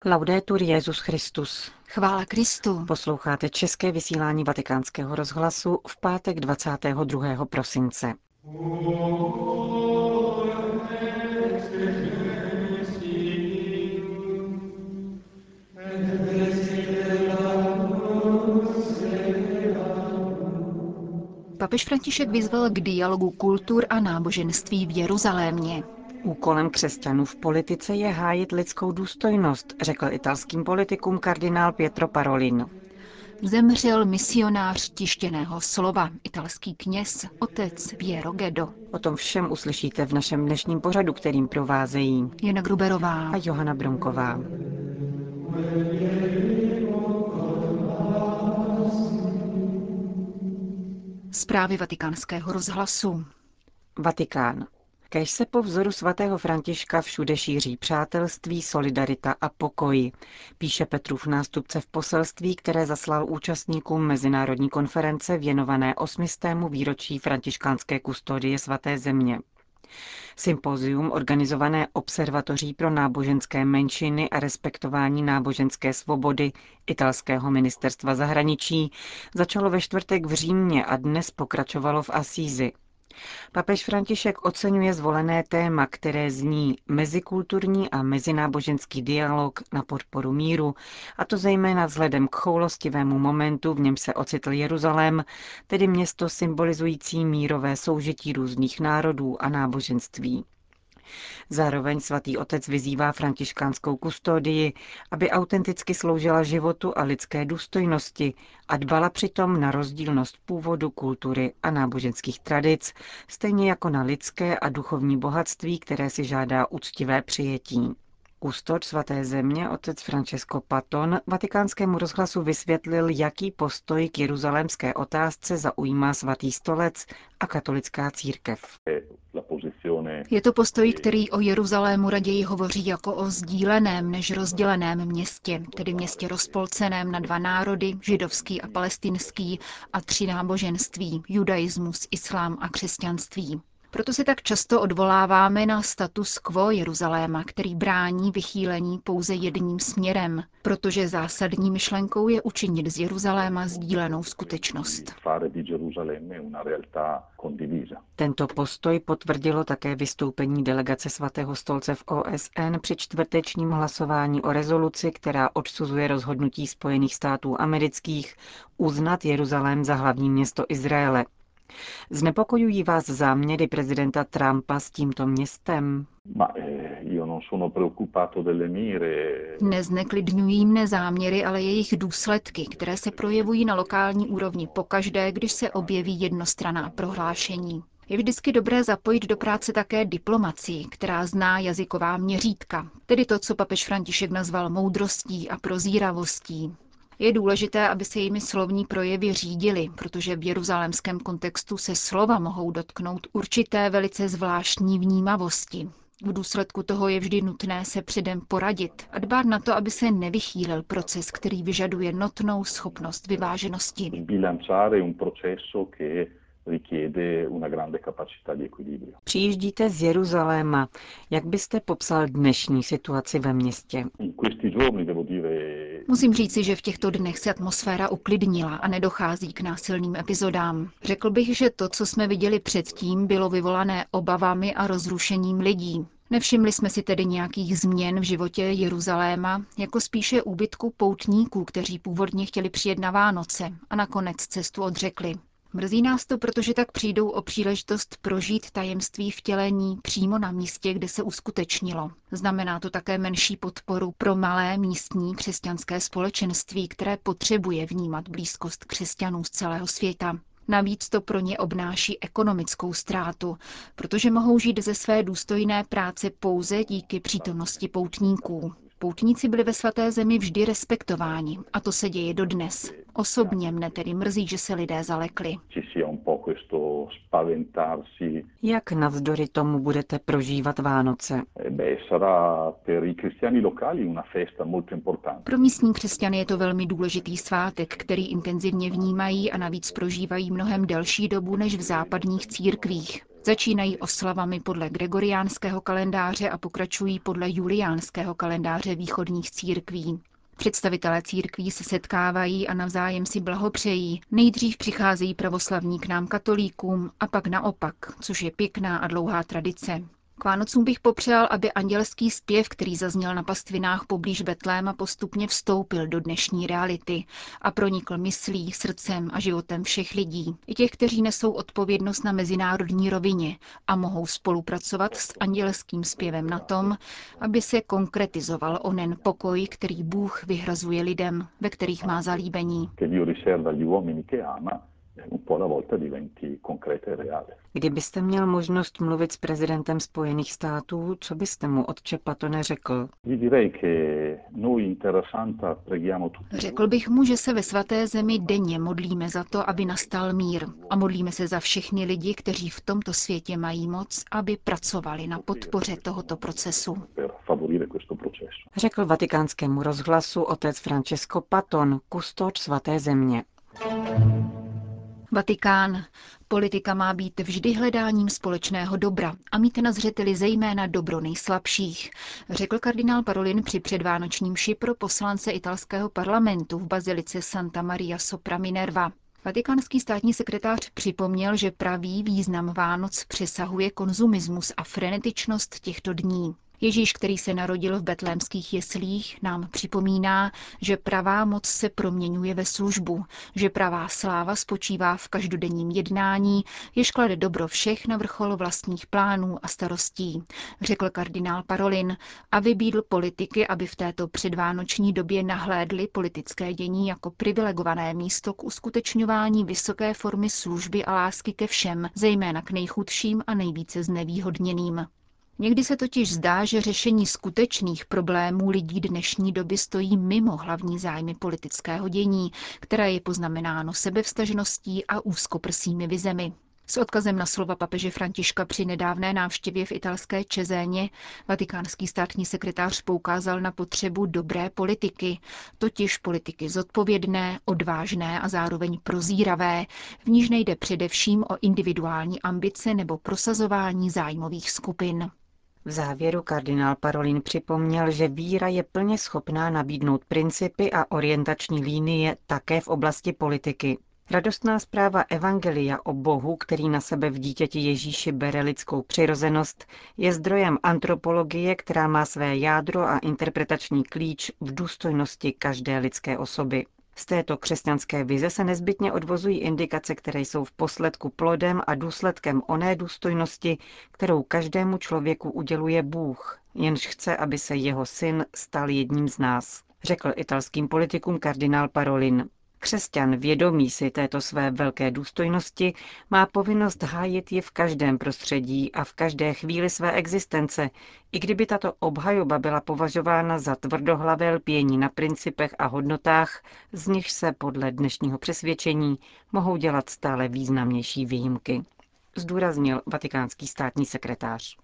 Laudetur Jesus Christus. Chvála Kristu. Posloucháte české vysílání Vatikánského rozhlasu v pátek 22. prosince. Papež František vyzval k dialogu kultur a náboženství v Jeruzalémě. Úkolem křesťanů v politice je hájit lidskou důstojnost, řekl italským politikům kardinál Pietro Parolin. Zemřel misionář tištěného slova, italský kněz, otec Piero Geddo. O tom všem uslyšíte v našem dnešním pořadu, kterým provázejí Jana Gruberová a Johana Bronková. Zprávy Vatikánského rozhlasu. Vatikán. Kéž se po vzoru svatého Františka všude šíří přátelství, solidarita a pokoj, píše Petrův nástupce v poselství, které zaslal účastníkům mezinárodní konference věnované 800. výročí františkánské kustodie svaté země. Sympozium organizované Observatoří pro náboženské menšiny a respektování náboženské svobody italského ministerstva zahraničí začalo ve čtvrtek v Římě a dnes pokračovalo v Asízi. Papež František oceňuje zvolené téma, které zní mezikulturní a mezináboženský dialog na podporu míru, a to zejména vzhledem k choulostivému momentu, v němž se ocitl Jeruzalém, tedy město symbolizující mírové soužití různých národů a náboženství. Zároveň svatý otec vyzývá františkánskou kustodii, aby autenticky sloužila životu a lidské důstojnosti a dbala přitom na rozdílnost původu, kultury a náboženských tradic, stejně jako na lidské a duchovní bohatství, které si žádá úctivé přijetí. Kustod svaté země, otec Francesco Paton, Vatikánskému rozhlasu vysvětlil, jaký postoj k jeruzalémské otázce zaujímá svatý stolec a katolická církev. Je to postoj, který o Jeruzalému raději hovoří jako o sdíleném než rozděleném městě, tedy městě rozpolceném na dva národy, židovský a palestinský, a tři náboženství, judaismus, islám a křesťanství. Proto se tak často odvoláváme na status quo Jeruzaléma, který brání vychýlení pouze jedním směrem, protože zásadní myšlenkou je učinit z Jeruzaléma sdílenou skutečnost. Tento postoj potvrdilo také vystoupení delegace svatého stolce v OSN při čtvrtečním hlasování o rezoluci, která odsuzuje rozhodnutí Spojených států amerických uznat Jeruzalém za hlavní město Izraele. Znepokojují vás záměry prezidenta Trumpa s tímto městem? Nezneklidňují mne záměry, ale jejich důsledky, které se projevují na lokální úrovni pokaždé, když se objeví jednostranná prohlášení. Je vždycky dobré zapojit do práce také diplomacii, která zná jazyková měřítka, tedy to, co papež František nazval moudrostí a prozíravostí. Je důležité, aby se jimi slovní projevy řídily, protože v jeruzalémském kontextu se slova mohou dotknout určité velice zvláštní vnímavosti. V důsledku toho je vždy nutné se předem poradit a dbát na to, aby se nevychýlil proces, který vyžaduje notnou schopnost vyváženosti. Přijíždíte z Jeruzaléma. Jak byste popsal dnešní situaci ve městě? Musím říci, že v těchto dnech se atmosféra uklidnila a nedochází k násilným epizodám. Řekl bych, že to, co jsme viděli předtím, bylo vyvolané obavami a rozrušením lidí. Nevšimli jsme si tedy nějakých změn v životě Jeruzaléma, jako spíše úbytku poutníků, kteří původně chtěli přijet na Vánoce a nakonec cestu odřekli. Mrzí nás to, protože tak přijdou o příležitost prožít tajemství vtělení přímo na místě, kde se uskutečnilo. Znamená to také menší podporu pro malé místní křesťanské společenství, které potřebuje vnímat blízkost křesťanů z celého světa. Navíc to pro ně obnáší ekonomickou ztrátu, protože mohou žít ze své důstojné práce pouze díky přítomnosti poutníků. Poutníci byli ve svaté zemi vždy respektováni a to se děje dodnes. Osobně mne tedy mrzí, že se lidé zalekli. Jak navzdory tomu budete prožívat Vánoce? Pro místní křesťany je to velmi důležitý svátek, který intenzivně vnímají a navíc prožívají mnohem delší dobu než v západních církvích. Začínají oslavami podle gregoriánského kalendáře a pokračují podle juliánského kalendáře východních církví. Představitelé církví se setkávají a navzájem si blahopřejí. Nejdřív přicházejí pravoslavní k nám katolíkům a pak naopak, což je pěkná a dlouhá tradice. K Vánocům bych popřál, aby andělský zpěv, který zazněl na pastvinách poblíž Betléma, postupně vstoupil do dnešní reality a pronikl myslí, srdcem a životem všech lidí, i těch, kteří nesou odpovědnost na mezinárodní rovině a mohou spolupracovat s andělským zpěvem na tom, aby se konkretizoval onen pokoj, který Bůh vyhrazuje lidem, ve kterých má zalíbení. Kdybyste měl možnost mluvit s prezidentem Spojených států, co byste mu, otče Patone, řekl? Řekl bych mu, že se ve svaté zemi denně modlíme za to, aby nastal mír. A modlíme se za všechny lidi, kteří v tomto světě mají moc, aby pracovali na podpoře tohoto procesu. Řekl Vatikánskému rozhlasu otec Francesco Paton, kustoč svaté země. Vatikán. Politika má být vždy hledáním společného dobra a mít na zřeteli zejména dobro nejslabších, řekl kardinál Parolin při předvánočním mši pro poslance italského parlamentu v bazilice Santa Maria sopra Minerva. Vatikánský státní sekretář připomněl, že pravý význam Vánoc přesahuje konzumismus a frenetičnost těchto dní. Ježíš, který se narodil v betlémských jeslích, nám připomíná, že pravá moc se proměňuje ve službu, že pravá sláva spočívá v každodenním jednání, jež klade dobro všech na vrchol vlastních plánů a starostí, řekl kardinál Parolin a vybídl politiky, aby v této předvánoční době nahlédli politické dění jako privilegované místo k uskutečňování vysoké formy služby a lásky ke všem, zejména k nejchudším a nejvíce znevýhodněným. Někdy se totiž zdá, že řešení skutečných problémů lidí dnešní doby stojí mimo hlavní zájmy politického dění, které je poznamenáno sebevstažností a úzkoprsými vizemi. S odkazem na slova papeže Františka při nedávné návštěvě v italské Ceséně vatikánský státní sekretář poukázal na potřebu dobré politiky, totiž politiky zodpovědné, odvážné a zároveň prozíravé, v níž nejde především o individuální ambice nebo prosazování zájmových skupin. V závěru kardinál Parolin připomněl, že víra je plně schopná nabídnout principy a orientační linie také v oblasti politiky. Radostná zpráva Evangelia o Bohu, který na sebe v dítěti Ježíši bere lidskou přirozenost, je zdrojem antropologie, která má své jádro a interpretační klíč v důstojnosti každé lidské osoby. Z této křesťanské vize se nezbytně odvozují indikace, které jsou v posledku plodem a důsledkem oné důstojnosti, kterou každému člověku uděluje Bůh, jenž chce, aby se jeho syn stal jedním z nás, řekl italským politikům kardinál Parolin. Křesťan vědomý si této své velké důstojnosti má povinnost hájit ji v každém prostředí a v každé chvíli své existence, i kdyby tato obhajoba byla považována za tvrdohlavé lpění na principech a hodnotách, z nichž se podle dnešního přesvědčení mohou dělat stále významnější výjimky, zdůraznil vatikánský státní sekretář.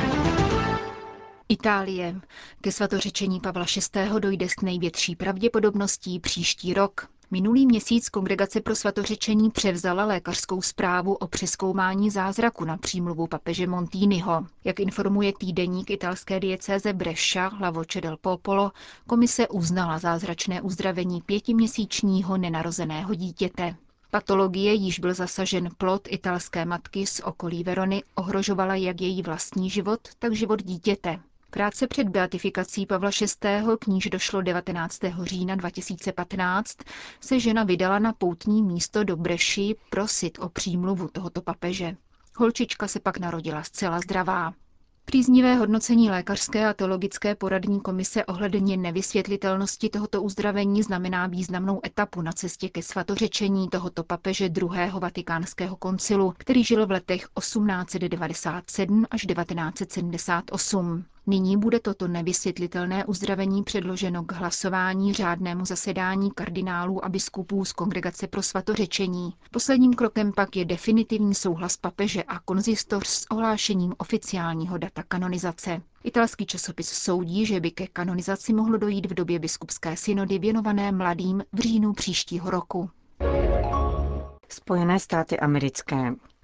Itálie. Ke svatořečení Pavla VI. Dojde s největší pravděpodobností příští rok. Minulý měsíc Kongregace pro svatořečení převzala lékařskou zprávu o přezkoumání zázraku na přímluvu papeže Montiniho. Jak informuje týdeník italské diecéze Brescia La Voce del Popolo, komise uznala zázračné uzdravení 5měsíčního nenarozeného dítěte. Patologie, jíž byl zasažen plod italské matky z okolí Verony, ohrožovala jak její vlastní život, tak život dítěte. Krátce před beatifikací Pavla VI., k níž došlo 19. října 2015, se žena vydala na poutní místo do Bresci prosit o přímluvu tohoto papeže. Holčička se pak narodila zcela zdravá. Příznivé hodnocení lékařské a teologické poradní komise ohledně nevysvětlitelnosti tohoto uzdravení znamená významnou etapu na cestě ke svatořečení tohoto papeže druhého vatikánského koncilu, který žil v letech 1897 až 1978. Nyní bude toto nevysvětlitelné uzdravení předloženo k hlasování řádnému zasedání kardinálů a biskupů z Kongregace pro svatořečení. Posledním krokem pak je definitivní souhlas papeže a konzistoř s ohlášením oficiálního data kanonizace. Italský časopis soudí, že by ke kanonizaci mohlo dojít v době biskupské synody věnované mladým v říjnu příštího roku. Spojené státy americké.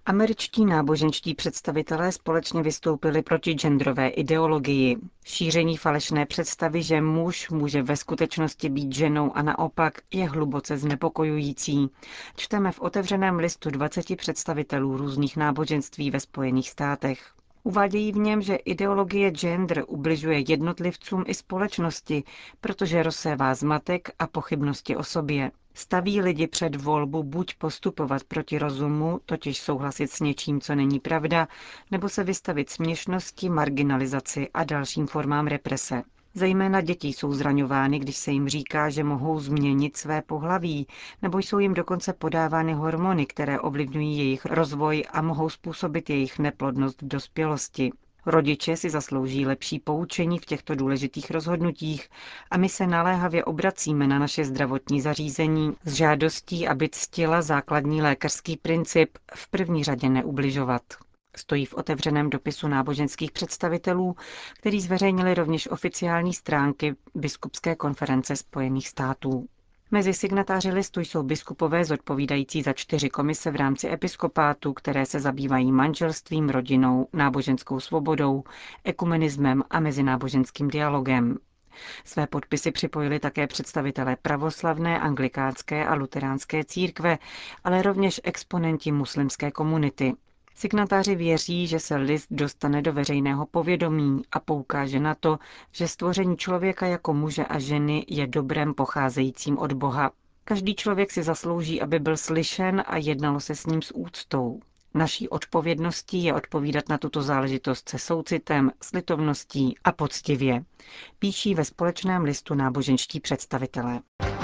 Američtí náboženští představitelé společně vystoupili proti genderové ideologii. Šíření falešné představy, že muž může ve skutečnosti být ženou a naopak, je hluboce znepokojující. Čteme v otevřeném listu 20 představitelů různých náboženství ve Spojených státech. Uvádějí v něm, že ideologie gender ubližuje jednotlivcům i společnosti, protože rozsévá zmatek a pochybnosti o sobě. Staví lidi před volbu buď postupovat proti rozumu, totiž souhlasit s něčím, co není pravda, nebo se vystavit směšnosti, marginalizaci a dalším formám represe. Zejména děti jsou zraňovány, když se jim říká, že mohou změnit své pohlaví, nebo jsou jim dokonce podávány hormony, které ovlivňují jejich rozvoj a mohou způsobit jejich neplodnost v dospělosti. Rodiče si zaslouží lepší poučení v těchto důležitých rozhodnutích a my se naléhavě obracíme na naše zdravotní zařízení s žádostí, aby ctila základní lékařský princip v první řadě neubližovat. Stojí v otevřeném dopisu náboženských představitelů, který zveřejnili rovněž oficiální stránky Biskupské konference Spojených států. Mezi signatáři listu jsou biskupové zodpovídající za 4 komise v rámci episkopátu, které se zabývají manželstvím, rodinou, náboženskou svobodou, ekumenismem a mezináboženským dialogem. Své podpisy připojili také představitelé pravoslavné, anglikánské a luteránské církve, ale rovněž exponenti muslimské komunity. Signatáři věří, že se list dostane do veřejného povědomí a poukáže na to, že stvoření člověka jako muže a ženy je dobrem pocházejícím od Boha. Každý člověk si zaslouží, aby byl slyšen a jednalo se s ním s úctou. Naší odpovědností je odpovídat na tuto záležitost se soucitem, s litovností a poctivě, píší ve společném listu náboženští představitelé.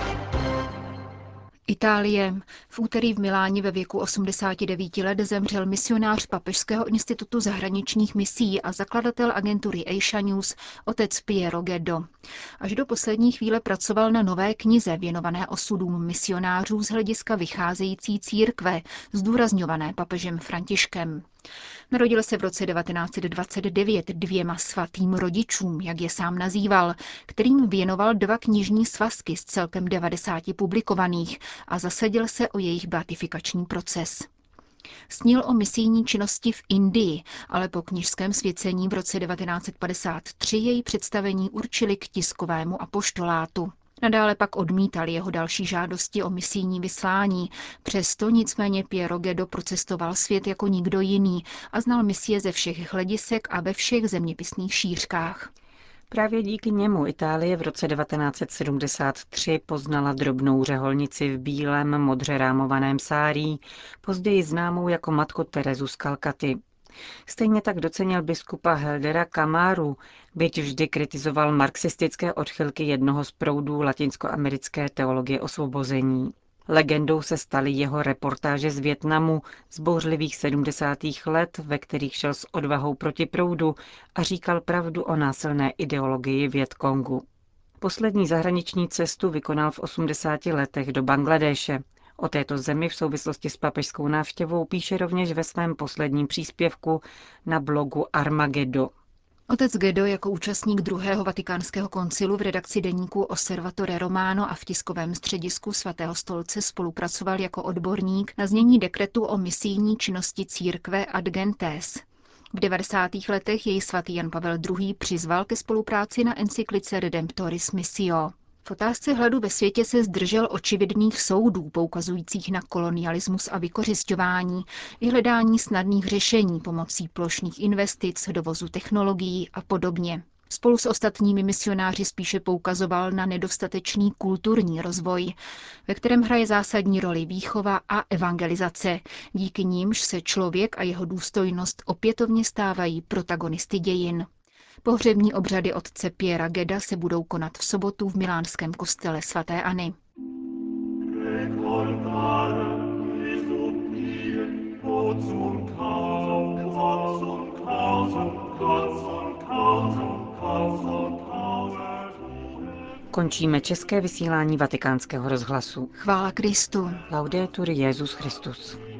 Itálie. V úterý v Miláně ve věku 89 let zemřel misionář Papežského institutu zahraničních misí a zakladatel agentury Asia News, otec Piero Geddo. Až do poslední chvíle pracoval na nové knize věnované osudům misionářů z hlediska vycházející církve, zdůrazňované papežem Františkem. Narodil se v roce 1929 2 svatým rodičům, jak je sám nazýval, kterým věnoval 2 knižní svazky z celkem 90 publikovaných a zasadil se o jejich beatifikační proces. Snil o misijní činnosti v Indii, ale po kněžském svěcení v roce 1953 její představení určili k tiskovému apoštolátu. Nadále pak odmítal jeho další žádosti o misijní vyslání. Přesto nicméně Piero Geddo procestoval svět jako nikdo jiný a znal misie ze všech hledisek a ve všech zeměpisných šířkách. Právě díky němu Itálie v roce 1973 poznala drobnou řeholnici v bílém modře rámovaném sárí, později známou jako matku Terezu z Kalkaty. Stejně tak docenil biskupa Heldera Camaru, byť vždy kritizoval marxistické odchylky jednoho z proudů latinskoamerické teologie osvobození. Legendou se staly jeho reportáže z Vietnamu z bouřlivých 70. let, ve kterých šel s odvahou proti proudu a říkal pravdu o násilné ideologii Vietkongu. Poslední zahraniční cestu vykonal v 80 letech do Bangladéše. O této zemi v souvislosti s papežskou návštěvou píše rovněž ve svém posledním příspěvku na blogu Armageddon. Otec Geddo jako účastník druhého vatikánského koncilu v redakci deníku Osservatore Romano a v tiskovém středisku Svatého stolce spolupracoval jako odborník na znění dekretu o misijní činnosti církve Ad Gentes. V 90. letech jej svatý Jan Pavel II. Přizval ke spolupráci na encyklice Redemptoris Missio. V otázce hladu ve světě se zdržel očividných soudů poukazujících na kolonialismus a vykořisťování i hledání snadných řešení pomocí plošných investic, dovozu technologií a podobně. Spolu s ostatními misionáři spíše poukazoval na nedostatečný kulturní rozvoj, ve kterém hraje zásadní roli výchova a evangelizace, díky nímž se člověk a jeho důstojnost opětovně stávají protagonisty dějin. Pohřební obřady otce Piera Gedda se budou konat v sobotu v milánském kostele svaté Anny. Končíme české vysílání Vatikánského rozhlasu. Chvála Kristu. Laudetur Jesus Christus.